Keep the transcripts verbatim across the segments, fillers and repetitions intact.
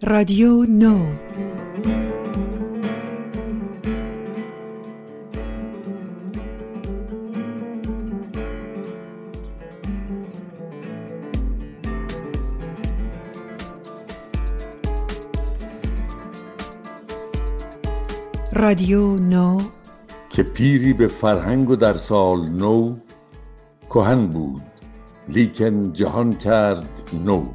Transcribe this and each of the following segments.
رادیو نو. رادیو نو که پیری به فرهنگ و در سال نو کهن بود لیکن جهان کرد نو.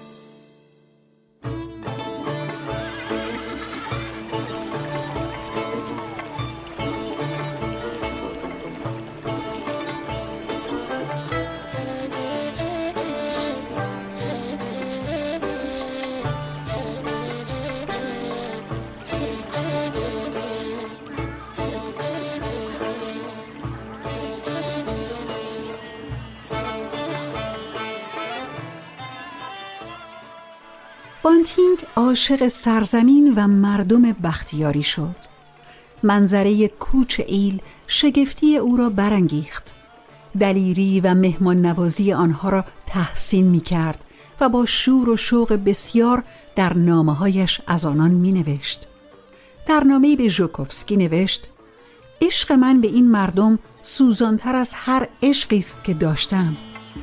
بانتینگ عاشق سرزمین و مردم بختیاری شد. منظره کوچ ایل شگفتی او را برانگیخت. دلیری و مهمان نوازی آنها را تحسین می کرد و با شور و شوق بسیار در نامه‌هایش از آنان می نوشت. در نامه‌ای به ژوکوفسکی نوشت: عشق من به این مردم سوزانتر از هر عشقی است که داشتم.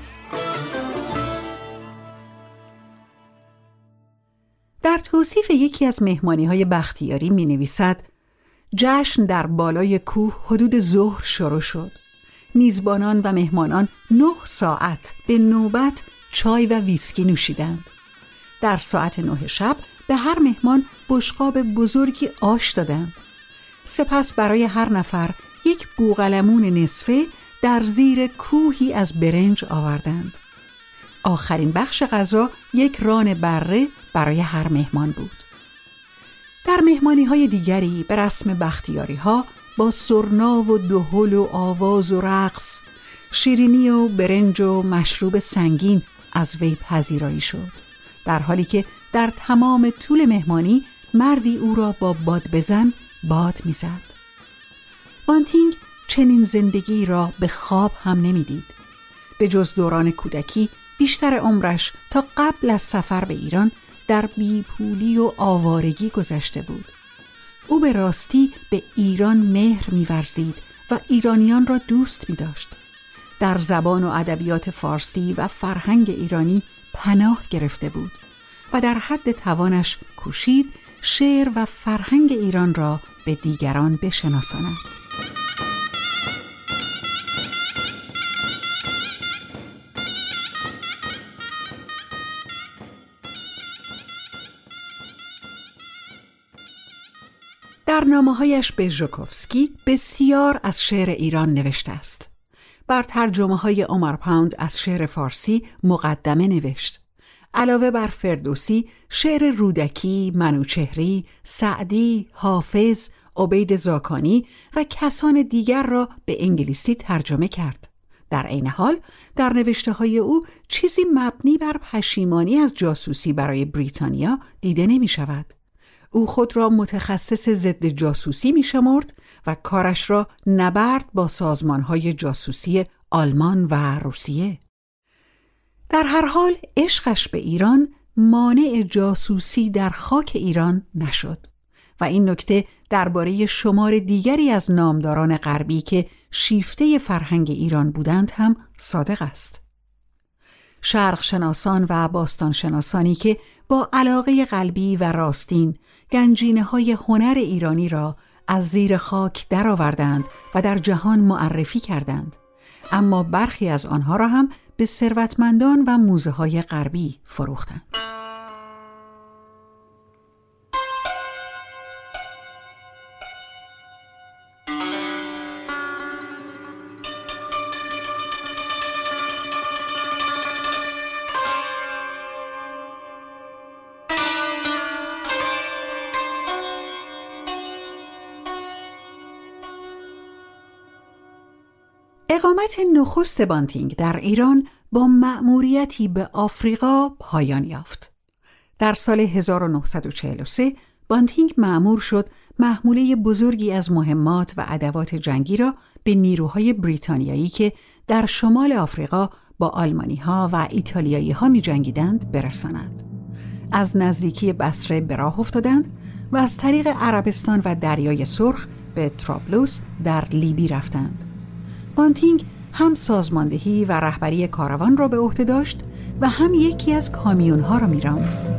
در توصیف یکی از مهمانی‌های بختیاری می نویسد: جشن در بالای کوه حدود ظهر شروع شد. میزبانان و مهمانان نه ساعت به نوبت چای و ویسکی نوشیدند. در ساعت نه شب به هر مهمان بشقاب بزرگی آش دادند. سپس برای هر نفر یک بوقلمون نصفه در زیر کوهی از برنج آوردند. آخرین بخش غذا یک ران بره برای هر مهمان بود. در مهمانی‌های دیگری به رسم بختیاری‌ها با سرنا و دهل و آواز و رقص، شیرینی و برنج و مشروب سنگین از وی پذیرایی شد، در حالی که در تمام طول مهمانی مردی او را با باد بزن باد می‌زد. بانتینگ چنین زندگی را به خواب هم نمی‌دید. به جز دوران کودکی بیشتر عمرش تا قبل از سفر به ایران در بیپولی و آوارگی گذشته بود. او به راستی به ایران مهر می‌ورزید و ایرانیان را دوست می‌داشت. در زبان و ادبیات فارسی و فرهنگ ایرانی پناه گرفته بود و در حد توانش کوشید شعر و فرهنگ ایران را به دیگران بشناساند. در نامه‌هایش به ژوکوفسکی بسیار از شعر ایران نوشته است. بر ترجمه‌های عمر پاوند از شعر فارسی مقدمه نوشت. علاوه بر فردوسی، شعر رودکی، منوچهری، سعدی، حافظ، عبید زاکانی و کسان دیگر را به انگلیسی ترجمه کرد. در عین حال در نوشته‌های او چیزی مبنی بر پشیمانی از جاسوسی برای بریتانیا دیده نمی‌شود. او خود را متخصص ضد جاسوسی می شمرد و کارش را نبرد با سازمان‌های جاسوسی آلمان و روسیه. در هر حال عشقش به ایران مانع جاسوسی در خاک ایران نشد و این نکته درباره شمار دیگری از نامداران غربی که شیفته فرهنگ ایران بودند هم صادق است. شرق شناسان و باستان شناسانی که با علاقه قلبی و راستین گنجینه های هنر ایرانی را از زیر خاک درآوردند و در جهان معرفی کردند، اما برخی از آنها را هم به ثروتمندان و موزه های غربی فروختند. اقامت نخست بانتینگ در ایران با مأموریتی به آفریقا پایان یافت. در سال هزار و نهصد و چهل و سه بانتینگ مأمور شد محموله بزرگی از مهمات و ادوات جنگی را به نیروهای بریتانیایی که در شمال آفریقا با آلمانی‌ها و ایتالیایی‌ها می‌جنگیدند برساند. از نزدیکی بصره به راه افتادند و از طریق عربستان و دریای سرخ به طرابلس در لیبی رفتند. بانتینگ هم سازماندهی و رهبری کاروان را به عهده داشت و هم یکی از کامیون‌ها را می‌راند.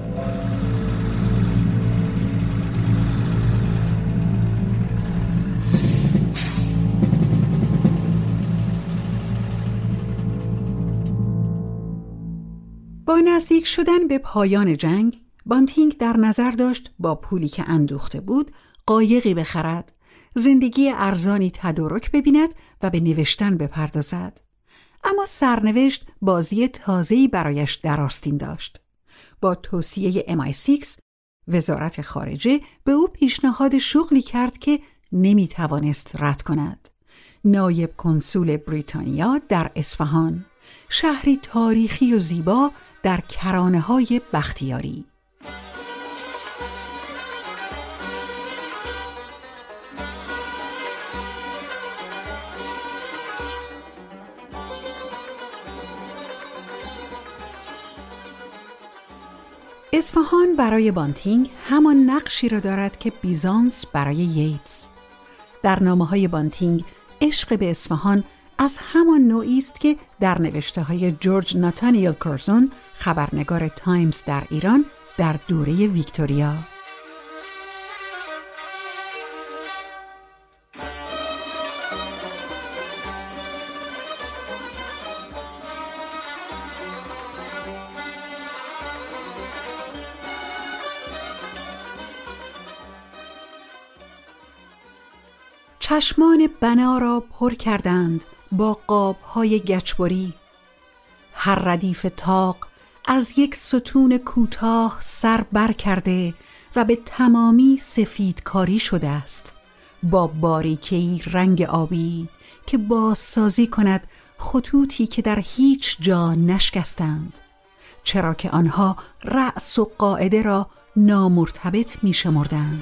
با نزدیک شدن به پایان جنگ، بانتینگ در نظر داشت با پولی که اندوخته بود قایقی بخرد، زندگی ارزانی تدارک ببیند و به نوشتن بپردازد. اما سرنوشت بازی تازه‌ای برایش در آستین داشت. با توصیه ام آی شش وزارت خارجه به او پیشنهاد شغلی کرد که نمیتوانست رد کند. نایب کنسول بریتانیا در اصفهان، شهری تاریخی و زیبا در کرانه‌های بختیاری. اصفهان برای بانتینگ همان نقشی را دارد که بیزانس برای ییتس. در نامه‌های بانتینگ عشق به اصفهان از همان نوعی است که در نوشته‌های جورج ناتانیل کورزون، خبرنگار تایمز در ایران در دوره ویکتوریا. چشمان بنا را پر کردند با قاب‌های گچبری. هر ردیف تاق از یک ستون کوتاه سر بر کرده و به تمامی سفیدکاری شده است، با باریکی رنگ آبی که بازسازی کند خطوطی که در هیچ جا نشکستند، چرا که آنها رأس و قاعده را نامرتبط می شمردند.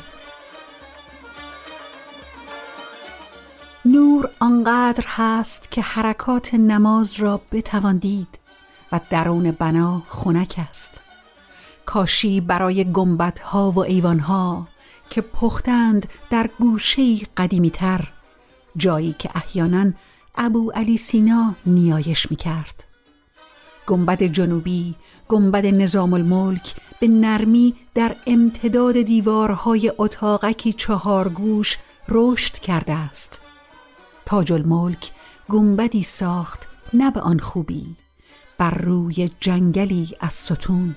نور آنقدر هست که حرکات نماز را بتوان دید و درون بنا خنک است. کاشی برای گنبدها و ایوانها که پختند در گوشه‌ای قدیمی‌تر، جایی که احیانا ابو علی سینا نیایش می‌کرد. گنبد جنوبی، گنبد نظام الملک، به نرمی در امتداد دیوارهای اتاقکی چهارگوش رشد کرده است. تاج الملک گنبدی ساخت نه به آن خوبی، بر روی جنگلی از ستون.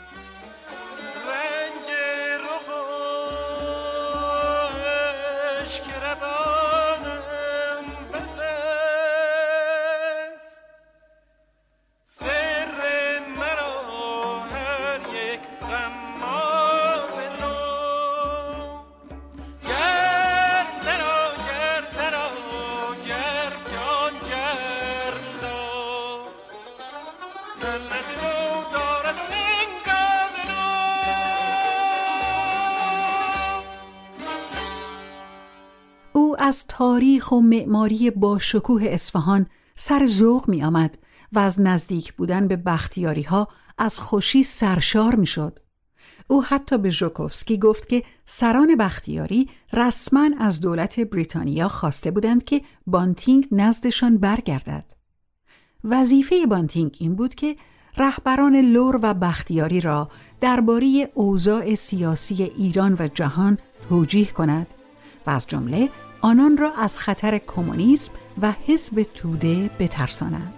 از تاریخ و معماری با شکوه اصفهان سر ذوق می آمد و از نزدیک بودن به بختیاری ها از خوشی سرشار می شد. او حتی به ژوکوفسکی گفت که سران بختیاری رسما از دولت بریتانیا خواسته بودند که بانتینگ نزدشان برگردد. وظیفه بانتینگ این بود که رهبران لور و بختیاری را درباره اوضاع سیاسی ایران و جهان توجیه کند و از جمله آنان را از خطر کمونیسم و حزب توده بترساند.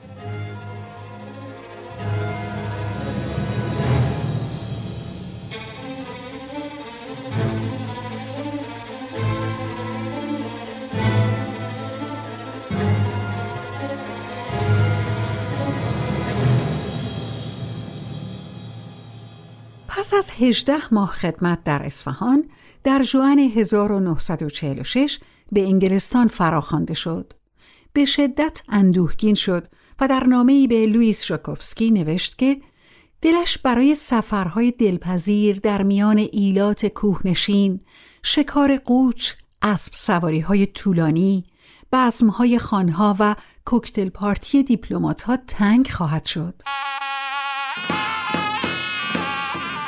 پس از هجده ماه خدمت در اصفهان، در ژوئن هزار و نهصد و چهل و شش به انگلستان فراخوانده شد. به شدت اندوهگین شد و در نامه‌ای به لوئیس ژوکوفسکی نوشت که دلش برای سفرهای دلپذیر در میان ایلات کوهنشین، شکار قوچ، اسب سواری‌های طولانی، بزم‌های خانها و کوکتل پارتی دیپلمات‌ها تنگ خواهد شد.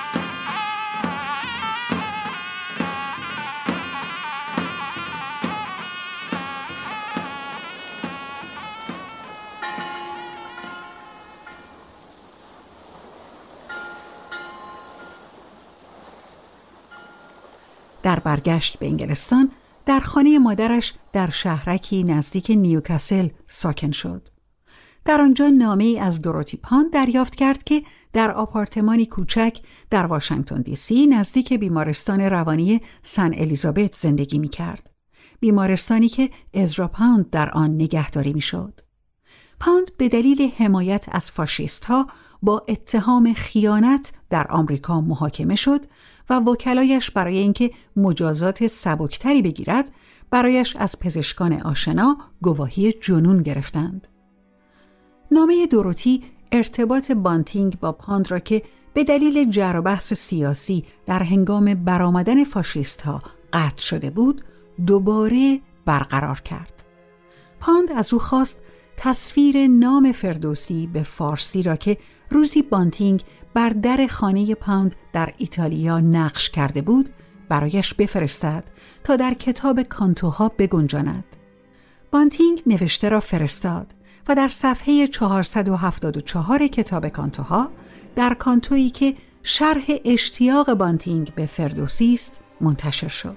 در برگشت به انگلستان در خانه مادرش در شهرکی نزدیک نیوکاسل ساکن شد. در آنجا نامه‌ای از دوروتی پاند دریافت کرد که در آپارتمانی کوچک در واشنگتن دی سی نزدیک بیمارستان روانی سن الیزابت زندگی می‌کرد. بیمارستانی که ازرا پاند در آن نگهداری می‌شد. پاند به دلیل حمایت از فاشیست‌ها با اتهام خیانت در آمریکا محاکمه شد و وکلایش برای اینکه مجازات سبکتری بگیرد برایش از پزشکان آشنا گواهی جنون گرفتند. نامه دوروتی ارتباط بانتینگ با پاند را که به دلیل جر و بحث سیاسی در هنگام برآمدن فاشیست‌ها قطع شده بود دوباره برقرار کرد. پاند از او خواست تصویر نام فردوسی به فارسی را که روزی بانتینگ بر در خانه پاند در ایتالیا نقش کرده بود برایش بفرستد تا در کتاب کانتوها بگنجاند. بانتینگ نوشته را فرستاد و در صفحه چهارصد و هفتاد و چهار کتاب کانتوها در کانتویی که شرح اشتیاق بانتینگ به فردوسی است منتشر شد.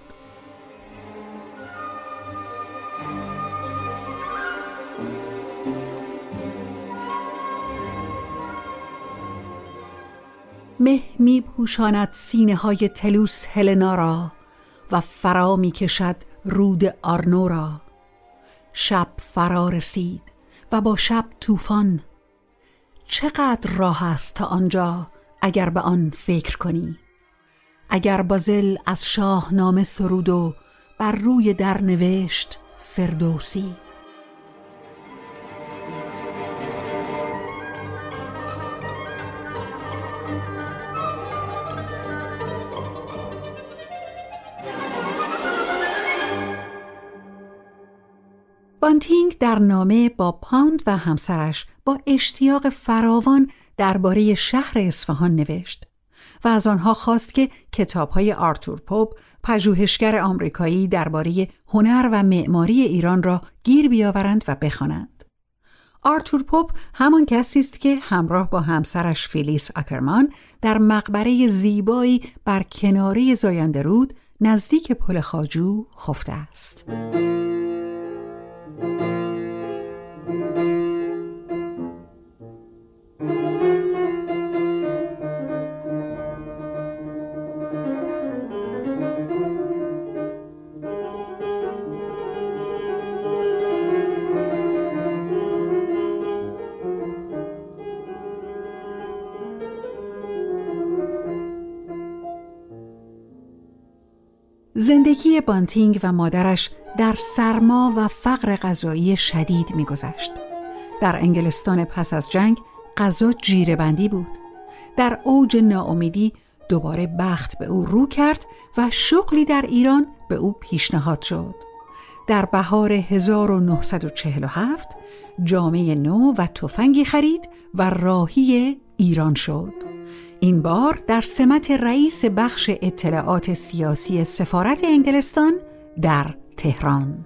مه می پوشاند سینه های تلوس هلنا را و فرا می کشد رود آرنو را. شب فرا رسید و با شب طوفان. چقدر راه است تا آنجا اگر به آن فکر کنی؟ اگر بازل از شاهنامه سرود و بر روی در نوشت فردوسی. بانتینگ در نامه با پاند و همسرش با اشتیاق فراوان درباره شهر اصفهان نوشت و از آنها خواست که کتاب‌های آرتور پوپ، پژوهشگر آمریکایی درباره هنر و معماری ایران را گیر بیاورند و بخوانند. آرتور پوپ همان کسی است که همراه با همسرش فیلیس آکرمان در مقبره زیبایی بر کناره زاینده رود نزدیک پل خواجو خفته است. زندگی بانتینگ و مادرش در سرما و فقر غذایی شدید می‌گذشت. در انگلستان پس از جنگ غذا جیره‌بندی بود. در اوج ناامیدی دوباره بخت به او رو کرد و شغلی در ایران به او پیشنهاد شد. در بهار هزار و نهصد و چهل و هفت جامه نو و تفنگی خرید و راهی ایران شد. این بار در سمت رئیس بخش اطلاعات سیاسی سفارت انگلستان در تهران.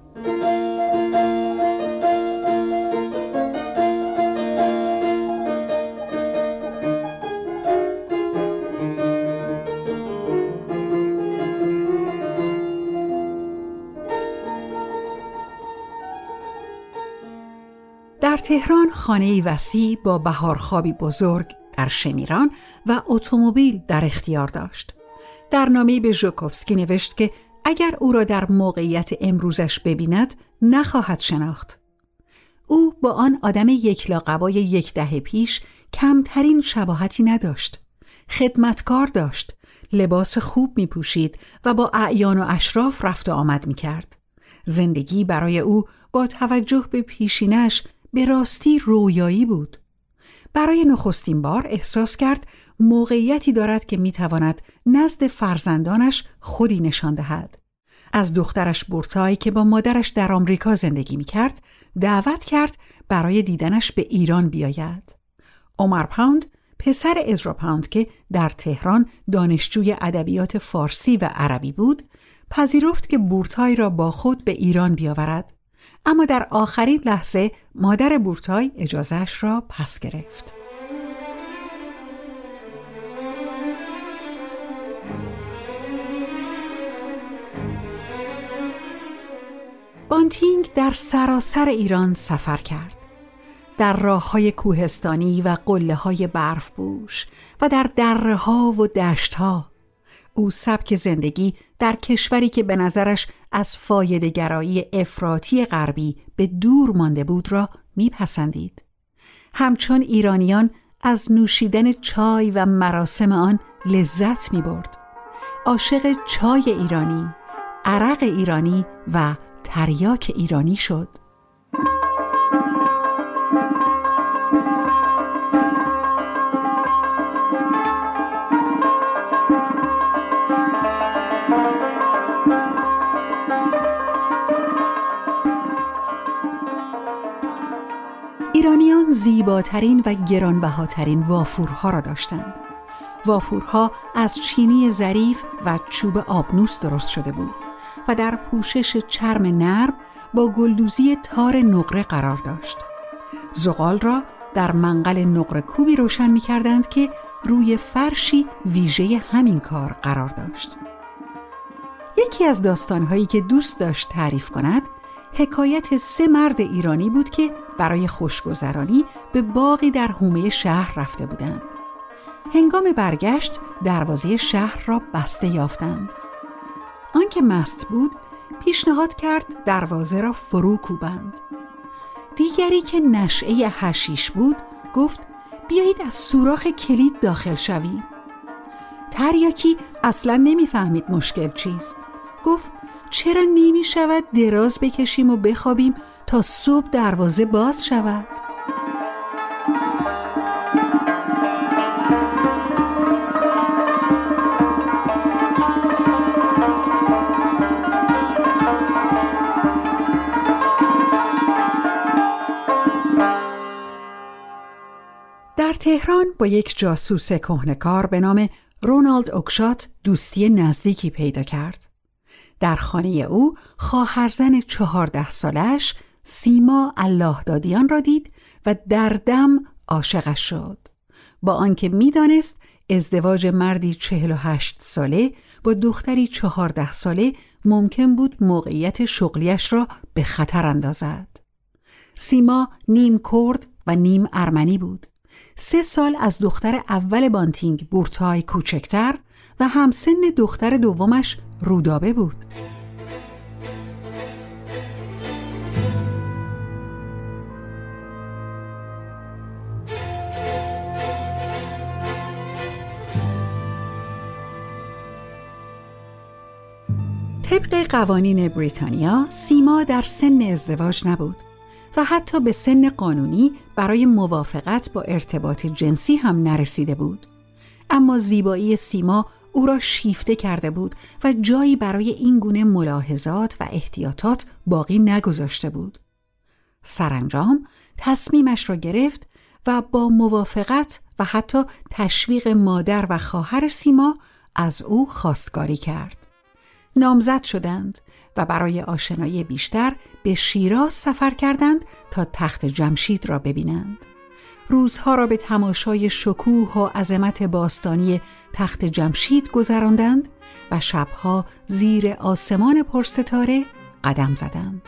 در تهران خانه‌ای وسیع با بهارخوابی بزرگ در شمیران و اتومبیل در اختیار داشت. در نامه‌ای به ژوکوفسکی نوشت که اگر او را در موقعیت امروزش ببیند نخواهد شناخت. او با آن آدم یک لاقبای یک دهه پیش کمترین شباهتی نداشت. خدمتکار داشت، لباس خوب می پوشید و با اعیان و اشراف رفت و آمد می کرد. زندگی برای او با توجه به پیشینش به راستی رویایی بود. برای نخستین بار احساس کرد موقعیتی دارد که میتواند نزد فرزندانش خودی نشان دهد. از دخترش بورتای که با مادرش در آمریکا زندگی میکرد دعوت کرد برای دیدنش به ایران بیاید. عمر پاند، پسر ازرا پاند که در تهران دانشجوی ادبیات فارسی و عربی بود، پذیرفت که بورتای را با خود به ایران بیاورد. اما در آخرین لحظه مادر بورتای اجازهش را پس گرفت. بانتینگ در سراسر ایران سفر کرد. در راه‌های کوهستانی و قله‌های برف‌پوش و در دره‌ها و دشت‌ها. او سبک زندگی در کشوری که به نظرش از فایده‌گرایی افراطی غربی به دور مانده بود را می‌پسندید. همچون ایرانیان از نوشیدن چای و مراسم آن لذت می‌برد. عاشق چای ایرانی، عرق ایرانی و تریاک ایرانی شد. ایرانیان زیباترین و گرانبهاترین وافورها را داشتند. وافورها از چینی ظریف و چوب آبنوس درست شده بود و در پوشش چرم نرم با گلدوزی تار نقره قرار داشت. زغال را در منقل نقره کوبی روشن می کردند که روی فرشی ویژه همین کار قرار داشت. یکی از داستانهایی که دوست داشت تعریف کند حکایت سه مرد ایرانی بود که برای خوشگذرانی به باغی در حومه شهر رفته بودند. هنگام برگشت دروازه شهر را بسته یافتند. آنکه مست بود پیشنهاد کرد دروازه را فرو کوبند. دیگری که نشعه حشیش بود گفت بیایید از سوراخ کلید داخل شویم. تریاکی اصلا نمیفهمید مشکل چیست. گفت چرا نمی شود دراز بکشیم و بخوابیم تا صبح دروازه باز شود؟ در تهران با یک جاسوس کهنه‌کار به نام رونالد اوکشات دوستی نزدیکی پیدا کرد. در خانه او خواهرزن چهارده سالش سیما الله دادیان را دید و در دم عاشقش شد، با آنکه می‌دانست ازدواج مردی چهل و هشت ساله با دختری چهارده ساله ممکن بود موقعیت شغلیش را به خطر اندازد. سیما نیم کرد و نیم ارمنی بود. سه سال از دختر اول بانتینگ بورتای کوچکتر و همسن دختر دومش رودابه بود. طبق قوانین بریتانیا سیما در سن ازدواج نبود و حتی به سن قانونی برای موافقت با ارتباط جنسی هم نرسیده بود. اما زیبایی سیما او را شیفته کرده بود و جایی برای این گونه ملاحظات و احتیاطات باقی نگذاشته بود. سرانجام تصمیمش را گرفت و با موافقت و حتی تشویق مادر و خواهر سیما از او خواستگاری کرد. نامزد شدند و برای آشنایی بیشتر به شیراز سفر کردند تا تخت جمشید را ببینند. روزها را به تماشای شکوه و عظمت باستانی تخت جمشید گذراندند و شبها زیر آسمان پرستاره قدم زدند.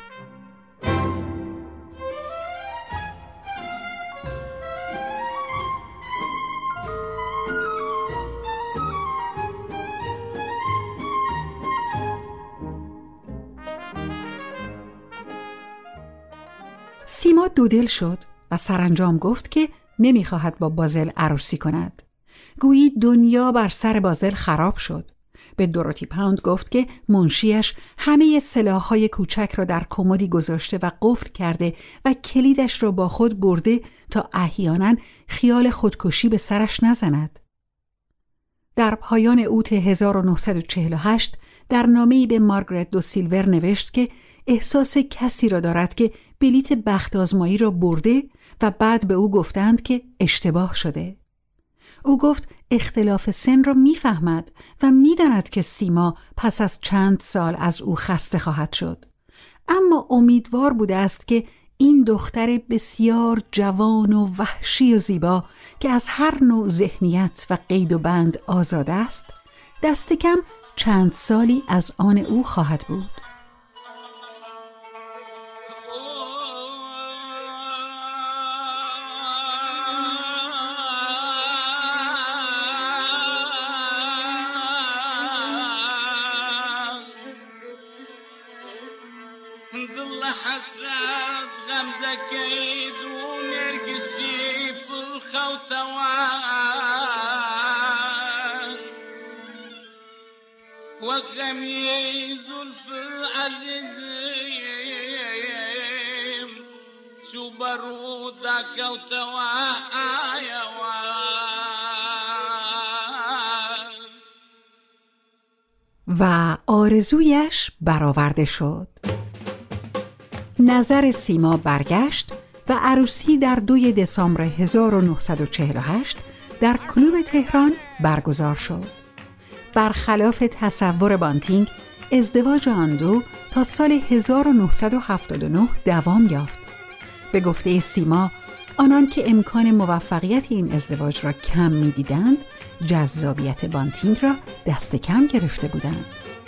سیما دودل شد و سرانجام گفت که نمیخواهد با بازل عروسی کند. گویی دنیا بر سر بازل خراب شد. به دوروتی پاوند گفت که منشیش همه سلاح‌های کوچک را در کمدی گذاشته و قفل کرده و کلیدش را با خود برده تا احیانا خیال خودکشی به سرش نزند. در پایان اوت هزار و نهصد و چهل و هشت در نامه‌ای به مارگرت دو سیلور نوشت که احساس کسی را دارد که بلیت بخت آزمایی را برده و بعد به او گفتند که اشتباه شده. او گفت اختلاف سن را میفهمد و میداند که سیما پس از چند سال از او خسته خواهد شد، اما امیدوار بوده است که این دختر بسیار جوان و وحشی و زیبا که از هر نوع ذهنیت و قید و بند آزاد است دست کم چند سالی از آن او خواهد بود. غمزة كيد ونرجسي في الخوتوان وخميز في العزيزين شو برودك وتوايا و آرزویش برآورده شد. نظر سیما برگشت و عروسی در دوی دسامبر هزار و نهصد و چهل و هشت در کلوب تهران برگزار شد. برخلاف تصور بانتینگ، ازدواج آن دو تا سال هزار و نهصد و هفتاد و نه دوام یافت. به گفته سیما، آنان که امکان موفقیت این ازدواج را کم می‌دیدند، جذابیت بانتینگ را دست کم گرفته بودند.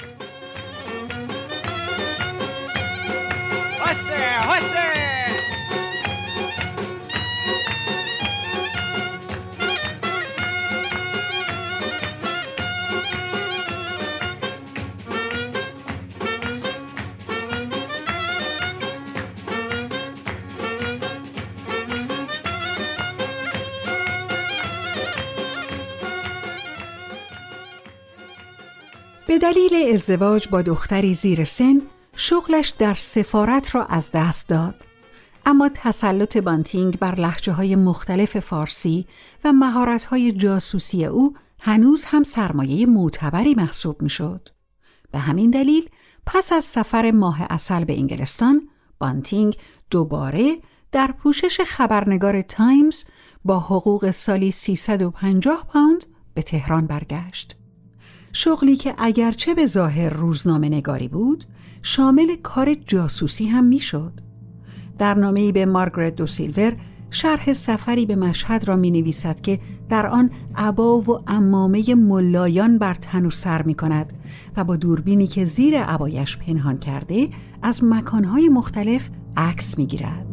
به دلیل ازدواج با دختری زیر سن، شغلش در سفارت را از دست داد. اما تسلط بانتینگ بر لهجه‌های مختلف فارسی و مهارت‌های جاسوسی او هنوز هم سرمایه معتبری محسوب می‌شد. به همین دلیل پس از سفر ماه عسل به انگلستان، بانتینگ دوباره در پوشش خبرنگار تایمز با حقوق سالی سیصد و پنجاه پوند به تهران برگشت. شغلی که اگرچه به ظاهر روزنامه نگاری بود، شامل کار جاسوسی هم می شد. در نامه‌ای به مارگرت دو سیلور شرح سفری به مشهد را می نویسد که در آن عبا و عمامه ملایان بر تن و سر می کند و با دوربینی که زیر عبایش پنهان کرده از مکانهای مختلف عکس می گیرد.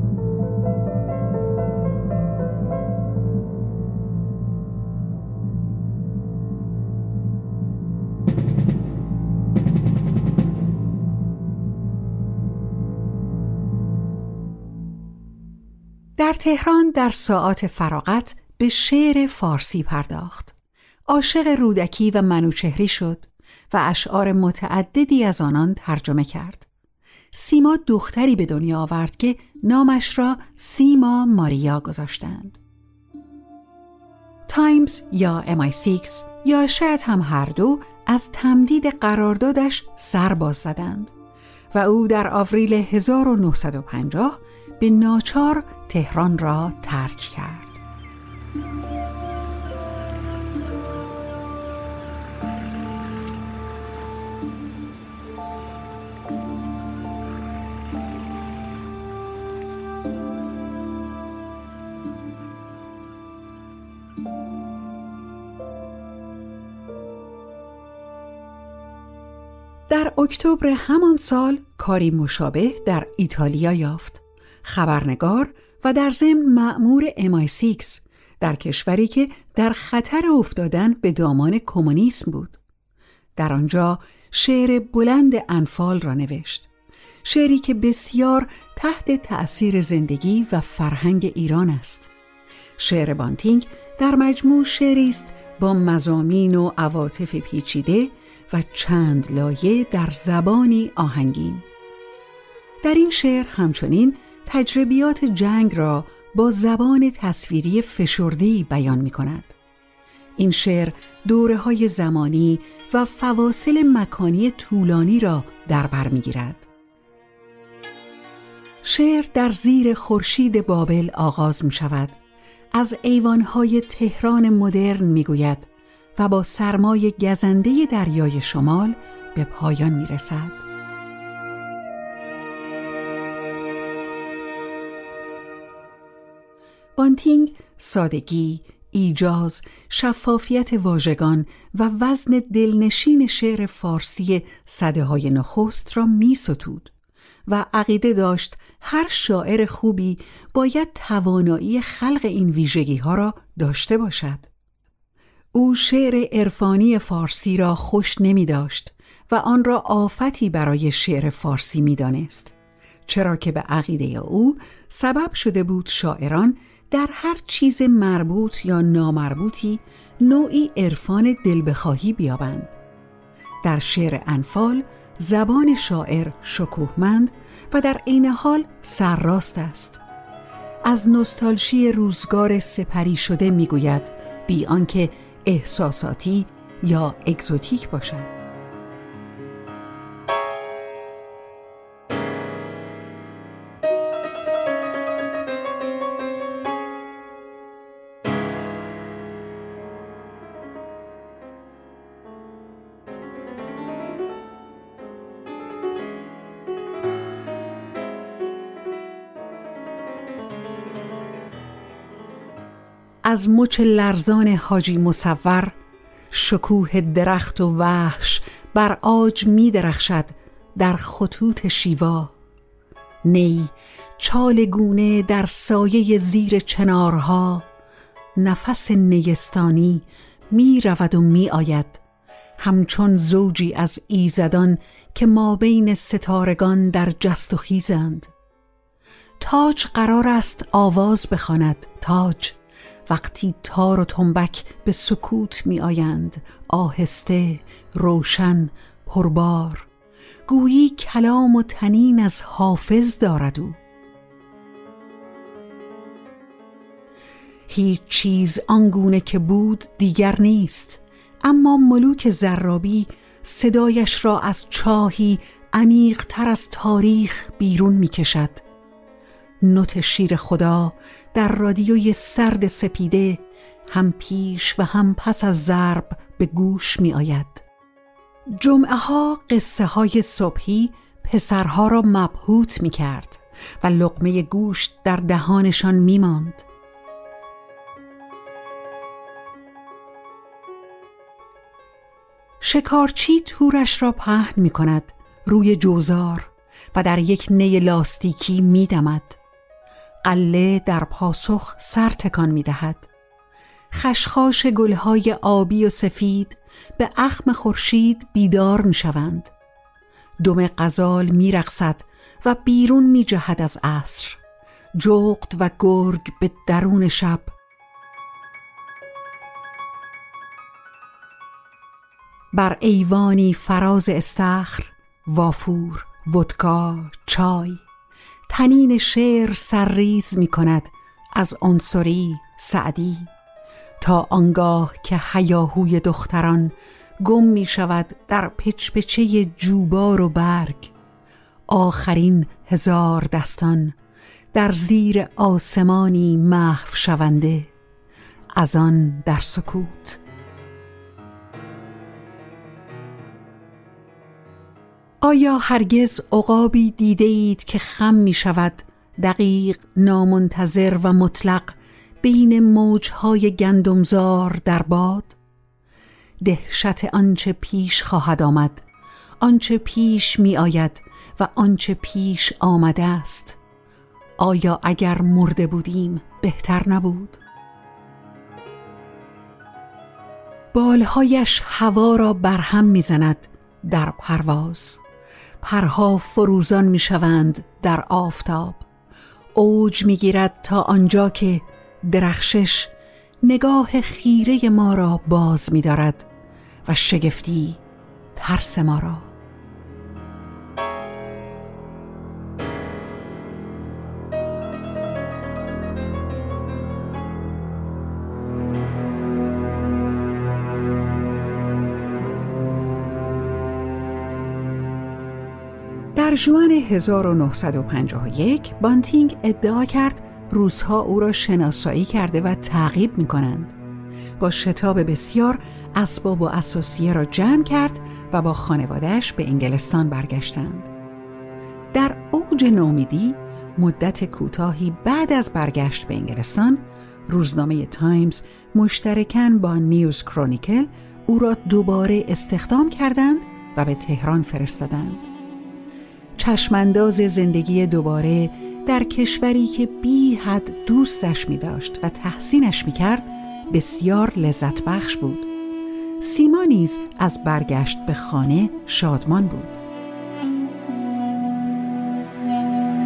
در تهران در ساعات فراغت به شعر فارسی پرداخت. عاشق رودکی و منوچهری شد و اشعار متعددی از آنان ترجمه کرد. سیما دختری به دنیا آورد که نامش را سیما ماریا گذاشتند. تایمز یا ام آی سیکس یا شاید هم هر دو از تمدید قراردادش سر باز زدند و او در آوریل هزار و نهصد و پنجاه به ناچار تهران را ترک کرد. در اکتبر همان سال کاری مشابه در ایتالیا یافت. خبرنگار و در ضمن مأمور ام آی سیکس در کشوری که در خطر افتادن به دامان کمونیسم بود. در آنجا شعر بلند انفال را نوشت. شعری که بسیار تحت تأثیر زندگی و فرهنگ ایران است. شعر بانتینگ در مجموع شعری است با مضامین و عواطف پیچیده و چند لایه در زبانی آهنگین. در این شعر همچنین تجربیات جنگ را با زبان تصویری فشرده‌ای بیان می کند. این شعر دوره‌های زمانی و فواصل مکانی طولانی را در بر می گیرد. شعر در زیر خورشید بابل آغاز می شود. از ایوانهای تهران مدرن می گوید و با سرمای گزنده دریای شمال به پایان می رسد. بانتینگ سادگی، ایجاز، شفافیت واژگان و وزن دلنشین شعر فارسی سده‌های نخست را می ستود و عقیده داشت هر شاعر خوبی باید توانایی خلق این ویژگی ها را داشته باشد. او شعر عرفانی فارسی را خوش نمی داشت و آن را آفتی برای شعر فارسی می دانست. چرا که به عقیده او سبب شده بود شاعران در هر چیز مربوط یا نامربوطی نوعی عرفان دل بخواهی بیابند. در شعر انفال زبان شاعر شکوهمند و در عین حال سرراست است. از نوستالژی روزگار سپری شده میگوید، بی آنکه احساساتی یا اگزوتیک باشد. از مچ لرزان حاجی مصور شکوه درخت و وحش بر عاج می درخشد در خطوط شیوا. نی چالگونه در سایه زیر چنارها، نفس نیستانی می رود و می آید، همچون زوجی از ایزدان که ما بین ستارگان در جست و خیزند. تاج قرار است آواز بخواند، تاج، وقتی تار و تنبک به سکوت می آیند، آهسته، روشن، پربار، گویی کلام و تنین از حافظ دارد او. هیچ چیز آنگونه که بود دیگر نیست، اما ملوک زرابی صدایش را از چاهی عمیق تر از تاریخ بیرون می کشد. نوت شیر خدا در رادیوی سرد سپیده هم پیش و هم پس از ضرب به گوش می آید. جمعه ها قصه های صبحی پسرها را مبهوت می کرد و لقمه گوشت در دهانشان می ماند. شکارچی تورش را پهن می کند روی جوزار و در یک نی لاستیکی می دمد. قله در پاسخ سر تکان می دهد. خشخاش گلهای آبی و سفید به اخم خورشید بیدار می شوند. دم غزال می رقصد و بیرون می جهد از عصر. جغد و گرگ به درون شب. بر ایوانی فراز استخر، وافور، ودکا، چای، تنین شعر سرریز می کند از عنصری، سعدی، تا آنگاه که هیاهوی دختران گم می شود در پچپچه جوبار و برگ. آخرین هزار دستان در زیر آسمانی محو شونده، از آن در سکوت. آیا هرگز عقابی دیده اید که خم می شود دقیق، نامنتظر و مطلق بین موجهای گندمزار در باد؟ دهشت آنچه پیش خواهد آمد، آنچه پیش می آید و آنچه پیش آمده است. آیا اگر مرده بودیم بهتر نبود؟ بالهایش هوا را برهم می زند در پرواز. پرها فروزان می شوند در آفتاب. اوج می گیرد تا آنجا که درخشش نگاه خیره ما را باز می دارد و شگفتی ترس ما را. در ژوئن هزار و نهصد و پنجاه و یک بانتینگ ادعا کرد روس‌ها او را شناسایی کرده و تعقیب می کنند. با شتاب بسیار اسباب و اساسیه را جمع کرد و با خانواده‌اش به انگلستان برگشتند. در اوج نومیدی مدت کوتاهی بعد از برگشت به انگلستان، روزنامه تایمز مشترکاً با نیوز کرونیکل او را دوباره استخدام کردند و به تهران فرستادند. چشمانداز زندگی دوباره در کشوری که بی حد دوستش می داشت و تحسینش می کرد بسیار لذت بخش بود. سیما نیز از برگشت به خانه شادمان بود.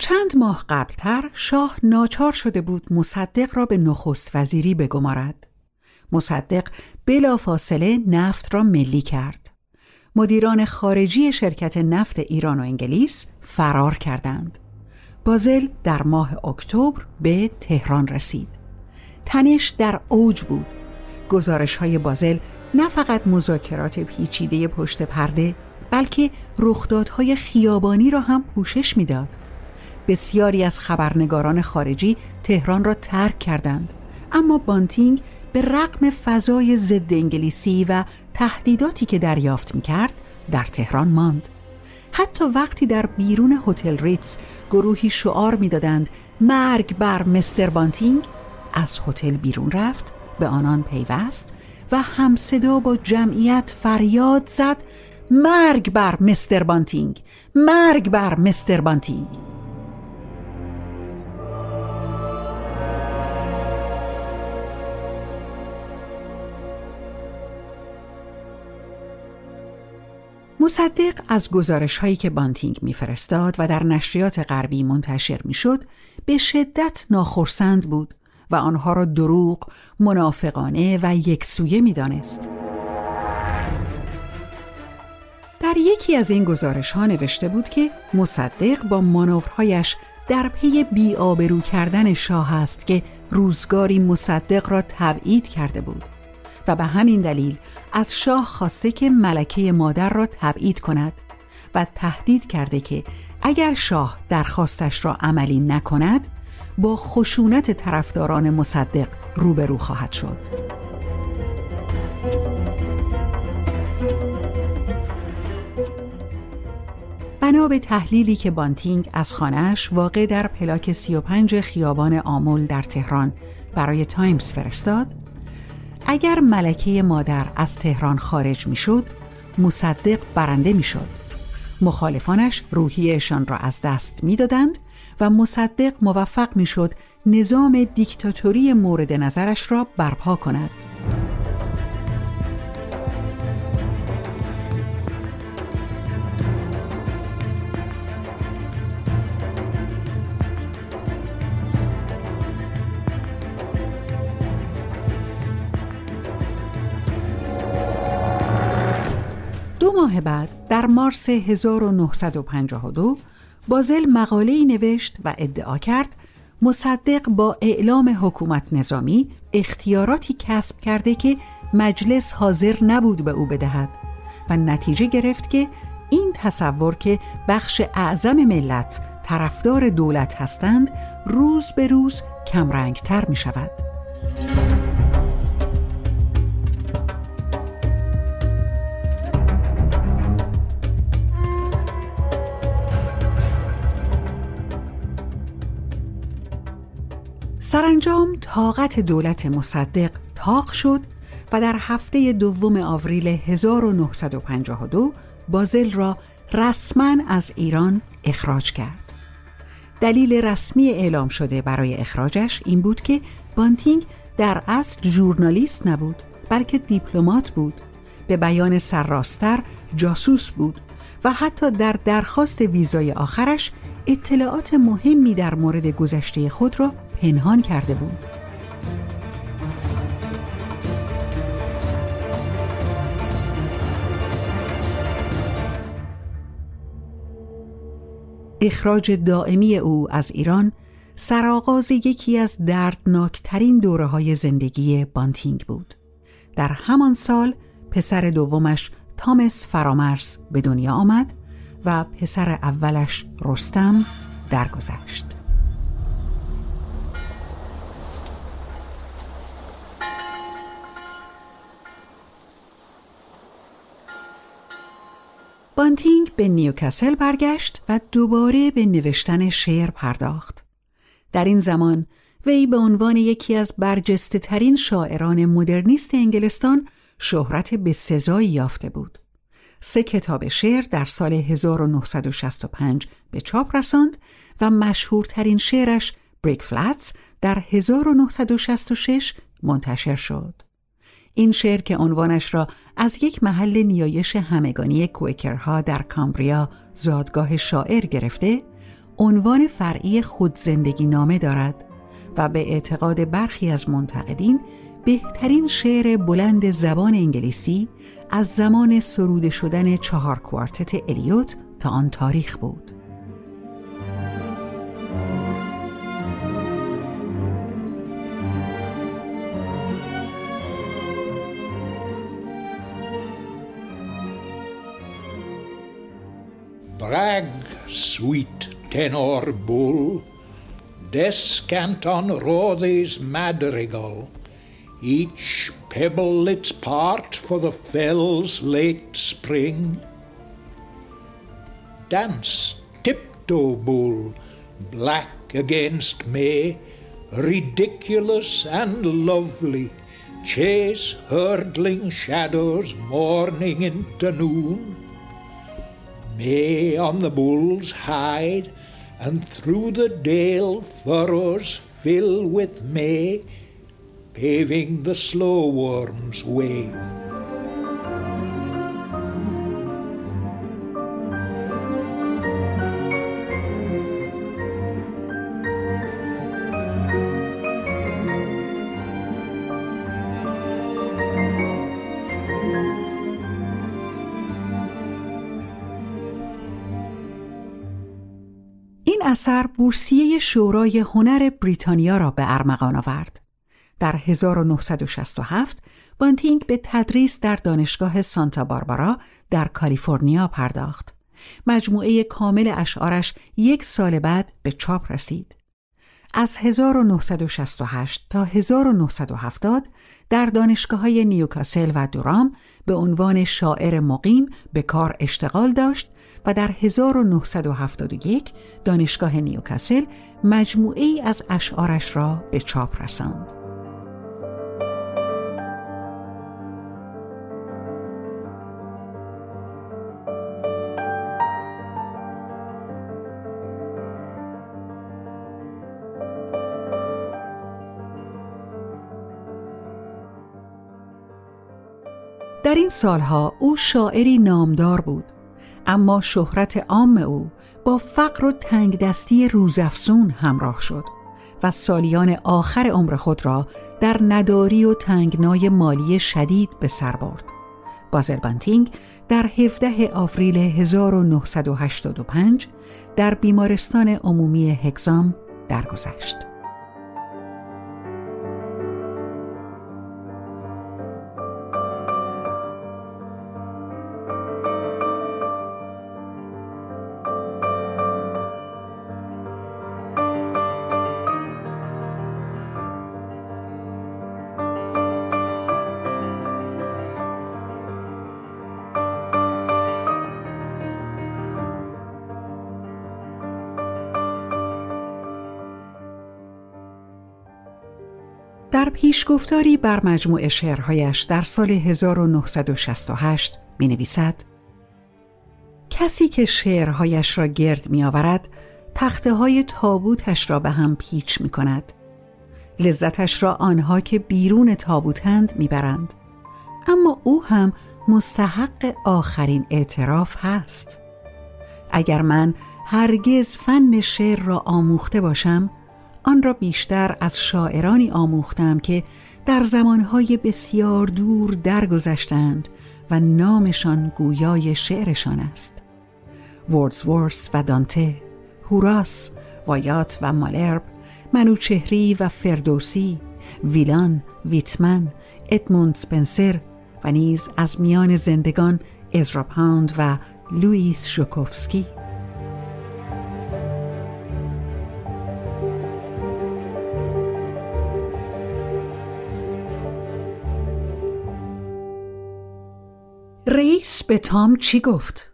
چند ماه قبلتر شاه ناچار شده بود مصدق را به نخست وزیری بگمارد. مصدق بلافاصله نفت را ملی کرد. مدیران خارجی شرکت نفت ایران و انگلیس فرار کردند. بازل در ماه اکتبر به تهران رسید. تنش در اوج بود. گزارش‌های بازل نه فقط مذاکرات پیچیده پشت پرده، بلکه رخدادهای خیابانی را هم پوشش می‌داد. بسیاری از خبرنگاران خارجی تهران را ترک کردند، اما بانتینگ به رغم فضای ضد انگلیسی و تهدیداتی که دریافت می‌کرد در تهران ماند. حتی وقتی در بیرون هتل ریتز گروهی شعار می‌دادند مرگ بر مستر بانتینگ، از هتل بیرون رفت، به آنان پیوست و همصدا با جمعیت فریاد زد مرگ بر مستر بانتینگ، مرگ بر مستر بانتینگ. مصدق از گزارش‌هایی که بانتینگ می‌فرستاد و در نشریات غربی منتشر می‌شد به شدت ناخرسند بود و آنها را دروغ، منافقانه و یکسویه می‌دانست. در یکی از این گزارش‌ها نوشته بود که مصدق با مانورهایش در پی بی‌آبرو کردن شاه است که روزگاری مصدق را تبعید کرده بود و به همین دلیل از شاه خواسته که ملکه مادر را تبعید کند و تهدید کرده که اگر شاه درخواستش را عملی نکند با خشونت طرفداران مصدق روبرو خواهد شد. بنا به تحلیلی که بانتینگ از خانه‌اش واقع در پلاک سی و پنج خیابان آمل در تهران برای تایمز فرستاد، اگر ملکه مادر از تهران خارج می شد، مصدق برنده می شد. مخالفانش روحیه‌شان را از دست می دادند و مصدق موفق می شد نظام دیکتاتوری مورد نظرش را برپا کند. دو ماه بعد در مارس هزار و نهصد و پنجاه و دو بازل مقاله‌ای نوشت و ادعا کرد مصدق با اعلام حکومت نظامی اختیاراتی کسب کرده که مجلس حاضر نبود به او بدهد و نتیجه گرفت که این تصور که بخش اعظم ملت طرفدار دولت هستند روز به روز کمرنگتر می شود. سرانجام طاقت دولت مصدق طاق شد و در هفته دوم آوریل هزار و نهصد و پنجاه و دو بازل را رسما از ایران اخراج کرد. دلیل رسمی اعلام شده برای اخراجش این بود که بانتینگ در اصل ژورنالیست نبود، بلکه دیپلمات بود. به بیان سرراستر جاسوس بود و حتی در درخواست ویزای آخرش اطلاعات مهمی در مورد گذشته خود را پنهان کرده بود. اخراج دائمی او از ایران سرآغاز یکی از دردناکترین دوره‌های زندگی بانتینگ بود. در همان سال پسر دومش تامس فرامرز به دنیا آمد و پسر اولش رستم درگذشت. بانتینگ به نیوکاسل برگشت و دوباره به نوشتن شعر پرداخت. در این زمان وی به عنوان یکی از برجسته ترین شاعران مدرنیست انگلستان شهرت بسزایی یافته بود. سه کتاب شعر در سال هزار و نهصد و شصت و پنج به چاپ رساند و مشهورترین شعرش بریک فلتس در هزار و نهصد و شصت و شش منتشر شد. این شعر که عنوانش را از یک محل نیایش همگانی کوئکرها در کامبریا زادگاه شاعر گرفته، عنوان فرعی خود زندگی نامه دارد و به اعتقاد برخی از منتقدین بهترین شعر بلند زبان انگلیسی از زمان سروده شدن چهار کوارتت الیوت تا آن تاریخ بود. Brag, sweet tenor bull, descant on Rothes madrigal, each pebble its part for the fell's late spring. Dance, tiptoe bull, black against May, ridiculous and lovely, chase hurdling shadows morning into noon. May on the bull's hide, and through the dale furrows fill with May, paving the slow worm's way. این اثر بورسیه شورای هنر بریتانیا را به ارمغان آورد. در هزار و نهصد و شصت و هفت بانتینگ به تدریس در دانشگاه سانتا باربارا در کالیفرنیا پرداخت. مجموعه کامل اشعارش یک سال بعد به چاپ رسید. از هزار و نهصد و شصت و هشت تا هزار و نهصد و هفتاد در دانشگاه‌های نیوکاسل و دورام به عنوان شاعر مقیم به کار اشتغال داشت و در هزار و نهصد و هفتاد و یک دانشگاه نیوکاسل مجموعه‌ای از اشعارش را به چاپ رساند. در این سالها او شاعری نامدار بود، اما شهرت عام او با فقر و تنگدستی روزافزون همراه شد و سالیان آخر عمر خود را در نداری و تنگنای مالی شدید به سر برد. بازل بانتینگ در هفدهم آوریل هزار و نهصد و هشتاد و پنج در بیمارستان عمومی هگزام درگذشت. در پیشگفتاری بر مجموع شعرهایش در سال هزار و نهصد و شصت و هشت می نویسد: کسی که شعرهایش را گرد می آورد تخته های تابوتش را به هم پیچ می کند. لذتش را آنها که بیرون تابوتند می برند. اما او هم مستحق آخرین اعتراف هست. اگر من هرگز فن شعر را آموخته باشم، آن را بیشتر از شاعرانی آموختم که در زمانهای بسیار دور درگذشتند و نامشان گویای شعرشان است. وردزورث و دانته، هوراس، وایات و مالرب، منوچهری و فردوسی، ویلان، ویتمن، ادموند سپنسر و نیز از میان زندگان ازرا پاوند و لوئیس ژوکوفسکی. رئیس به تام چی گفت؟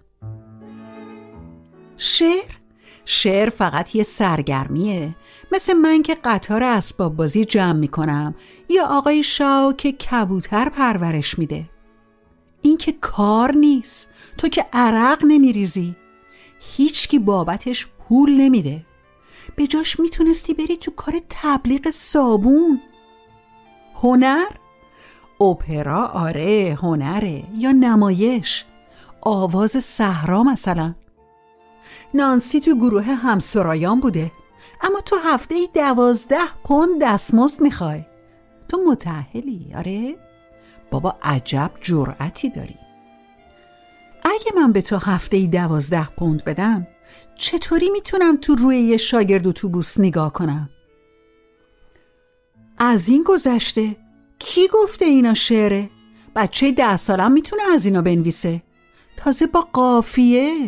شعر؟ شعر فقط یه سرگرمیه، مثل من که قطار اسباب بازی جمع میکنم یا آقای شاو که کبوتر پرورش میده. این که کار نیست، تو که عرق نمیریزی، هیچکی بابتش پول نمیده، به جاش میتونستی بری تو کار تبلیغ صابون. هنر؟ اپرا آره هنره، یا نمایش، آواز صحرا مثلا. نانسی تو گروه همسرایان بوده، اما تو هفته ای دوازده پوند دستمزد میخوای. تو متأهلی؟ آره؟ بابا عجب جرأتی داری. اگه من به تو هفته ای دوازده پوند بدم، چطوری میتونم تو روی یه شاگرد اتوبوس نگاه کنم؟ از این گذشته کی گفته اینا شعره؟ بچه ده سالم میتونه از اینا بنویسه، تازه با قافیه.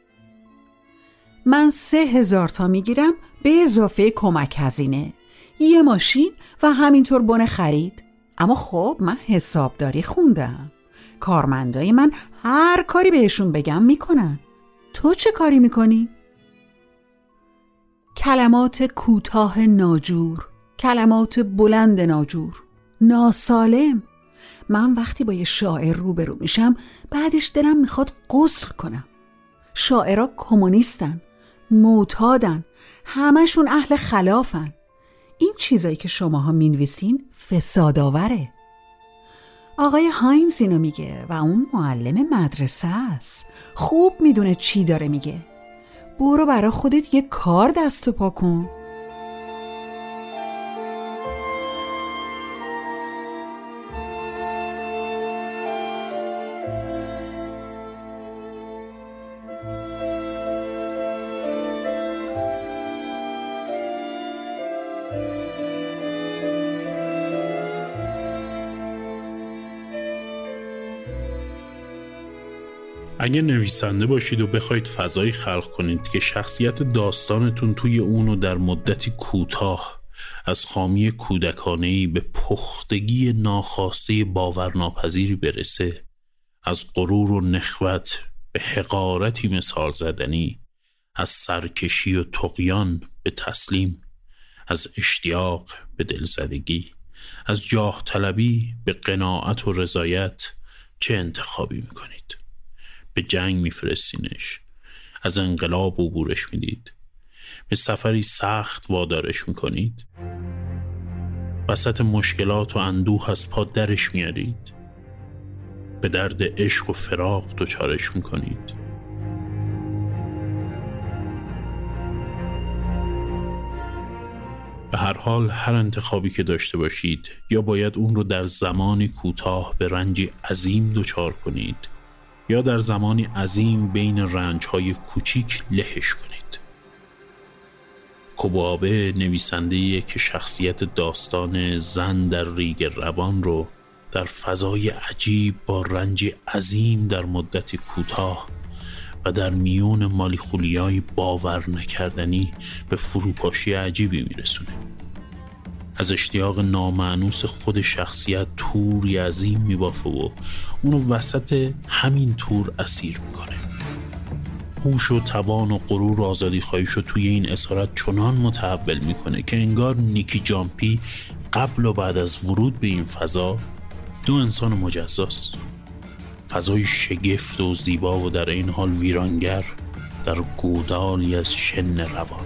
من سه هزار تا میگیرم به اضافه کمک هزینه، یه ماشین و همینطور بن خرید. اما خب من حسابداری خوندم، کارمندای من هر کاری بهشون بگم میکنن. تو چه کاری میکنی؟ کلمات کوتاه ناجور، کلمات بلند ناجور، ناسالم. من وقتی با یه شاعر روبرو میشم بعدش دلم میخواد غسل کنم. شاعرها کمونیستن، معتادن، همشون اهل خلافن. این چیزایی که شماها مینویسین فسادآوره. آقای هاینز اینو میگه و اون معلم مدرسه است، خوب میدونه چی داره میگه. برو برا خودت یه کار دست و پا کن. اگه نویسنده باشید و بخواید فضایی خلق کنید که شخصیت داستانتون توی اونو در مدتی کوتاه از خامی کودکانه‌ای به پختگی ناخواسته باورناپذیری برسه، از غرور و نخوت به حقارتی مثال زدنی، از سرکشی و طغیان به تسلیم، از اشتیاق به دلزدگی، از جاه طلبی به قناعت و رضایت، چه انتخابی میکنید؟ به جنگ میفرستینش، از انقلاب عبورش میدید، به سفری سخت وادارش میکنید، وسط مشکلات و اندوه از پا درش میارید، به درد عشق و فراق دچارش میکنید. به هر حال هر انتخابی که داشته باشید، یا باید اون رو در زمانی کوتاه به رنجی عظیم دچار کنید، یا در زمانی عظیم بین رنج‌های کوچیک لهش کنید. کوبابه نویسنده‌ایه که شخصیت داستان زن در ریگ روان رو در فضای عجیب با رنج عظیم در مدت کوتاه و در میون مالیخولیای باور نکردنی به فروپاشی عجیبی میرسونه. از اشتیاق نامانوس خود شخصیت توری عظیم میبافه و اونو وسط همین تور اسیر میکنه. هوش و توان و غرور و آزادی خواهیشو توی این اسارت چنان متحول میکنه که انگار نیکی جامپی قبل و بعد از ورود به این فضا دو انسان مجزاست. فضای شگفت و زیبا و در این حال ویرانگر در گودالی از شن روان.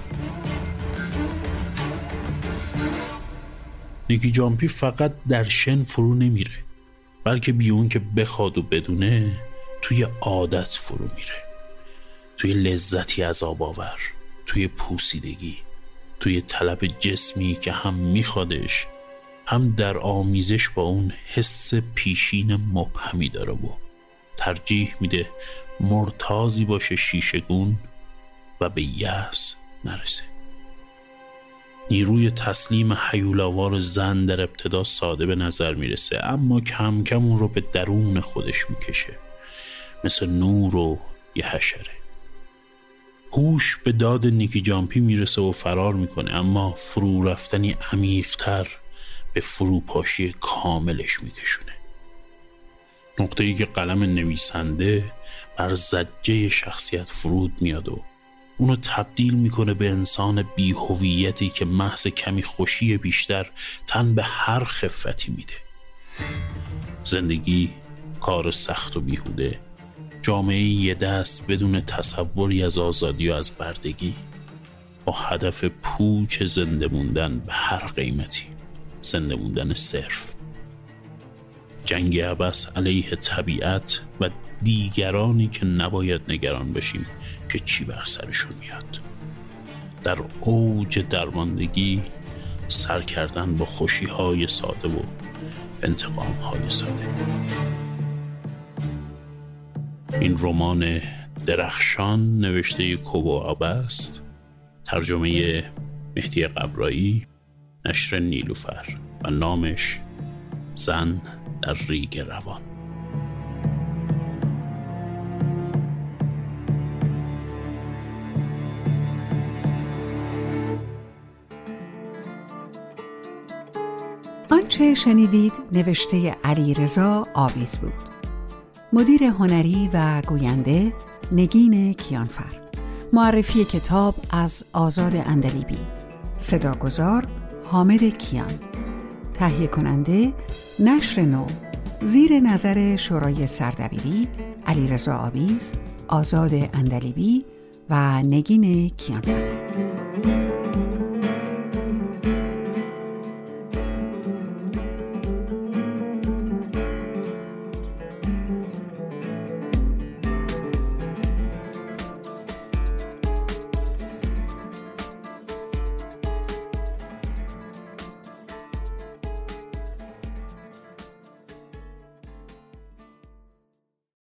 نیکی جامپی فقط در شن فرو نمیره، بلکه بی اون که بخواد و بدونه توی عادت فرو میره، توی لذتی عذاب آور، توی پوسیدگی، توی طلب جسمی که هم میخوادش هم در آمیزش با اون حس پیشین مبهمی داره و ترجیح میده مرتازی باشه شیشگون و به یأس نرسه. نیروی تسلیم هیولاوار زن در ابتدا ساده به نظر میرسه، اما کم کم اون رو به درون خودش میکشه، مثل نور و یه حشره. هوش به داد نیکی جامپی میرسه و فرار میکنه، اما فرو رفتنی عمیق‌تر به فروپاشی کاملش میکشونه. نقطه‌ای که قلم نویسنده بر زجه شخصیت فرود میاد و اونو تبدیل میکنه به انسان بی هویتی که محض کمی خوشی بیشتر تن به هر خفتی میده. زندگی کار سخت و بیهوده، جامعه یه دست بدون تصوری از آزادی و از بردگی، با هدف پوچ زنده موندن به هر قیمتی، زنده موندن صرف. جنگ عبث علیه طبیعت و دیگرانی که نباید نگران بشیم که چی بر سرشون میاد. در اوج درماندگی سر کردن با خوشی‌های ساده و انتقام‌های ساده. این رمان درخشان نوشته کوبو است، ترجمه مهدی قبرایی، نشر نیلوفر و نامش زن در ریگ روان. آنچه شنیدید نوشته علیرضا آویز بود. مدیر هنری و گوینده نگین کیانفر. معرفی کتاب از آزاد اندلیبی. صداگذار حامد کیان. تهیه کننده نشر نو. زیر نظر شورای سردبیری علیرضا آویز، آزاد اندلیبی و نگین کیانفر.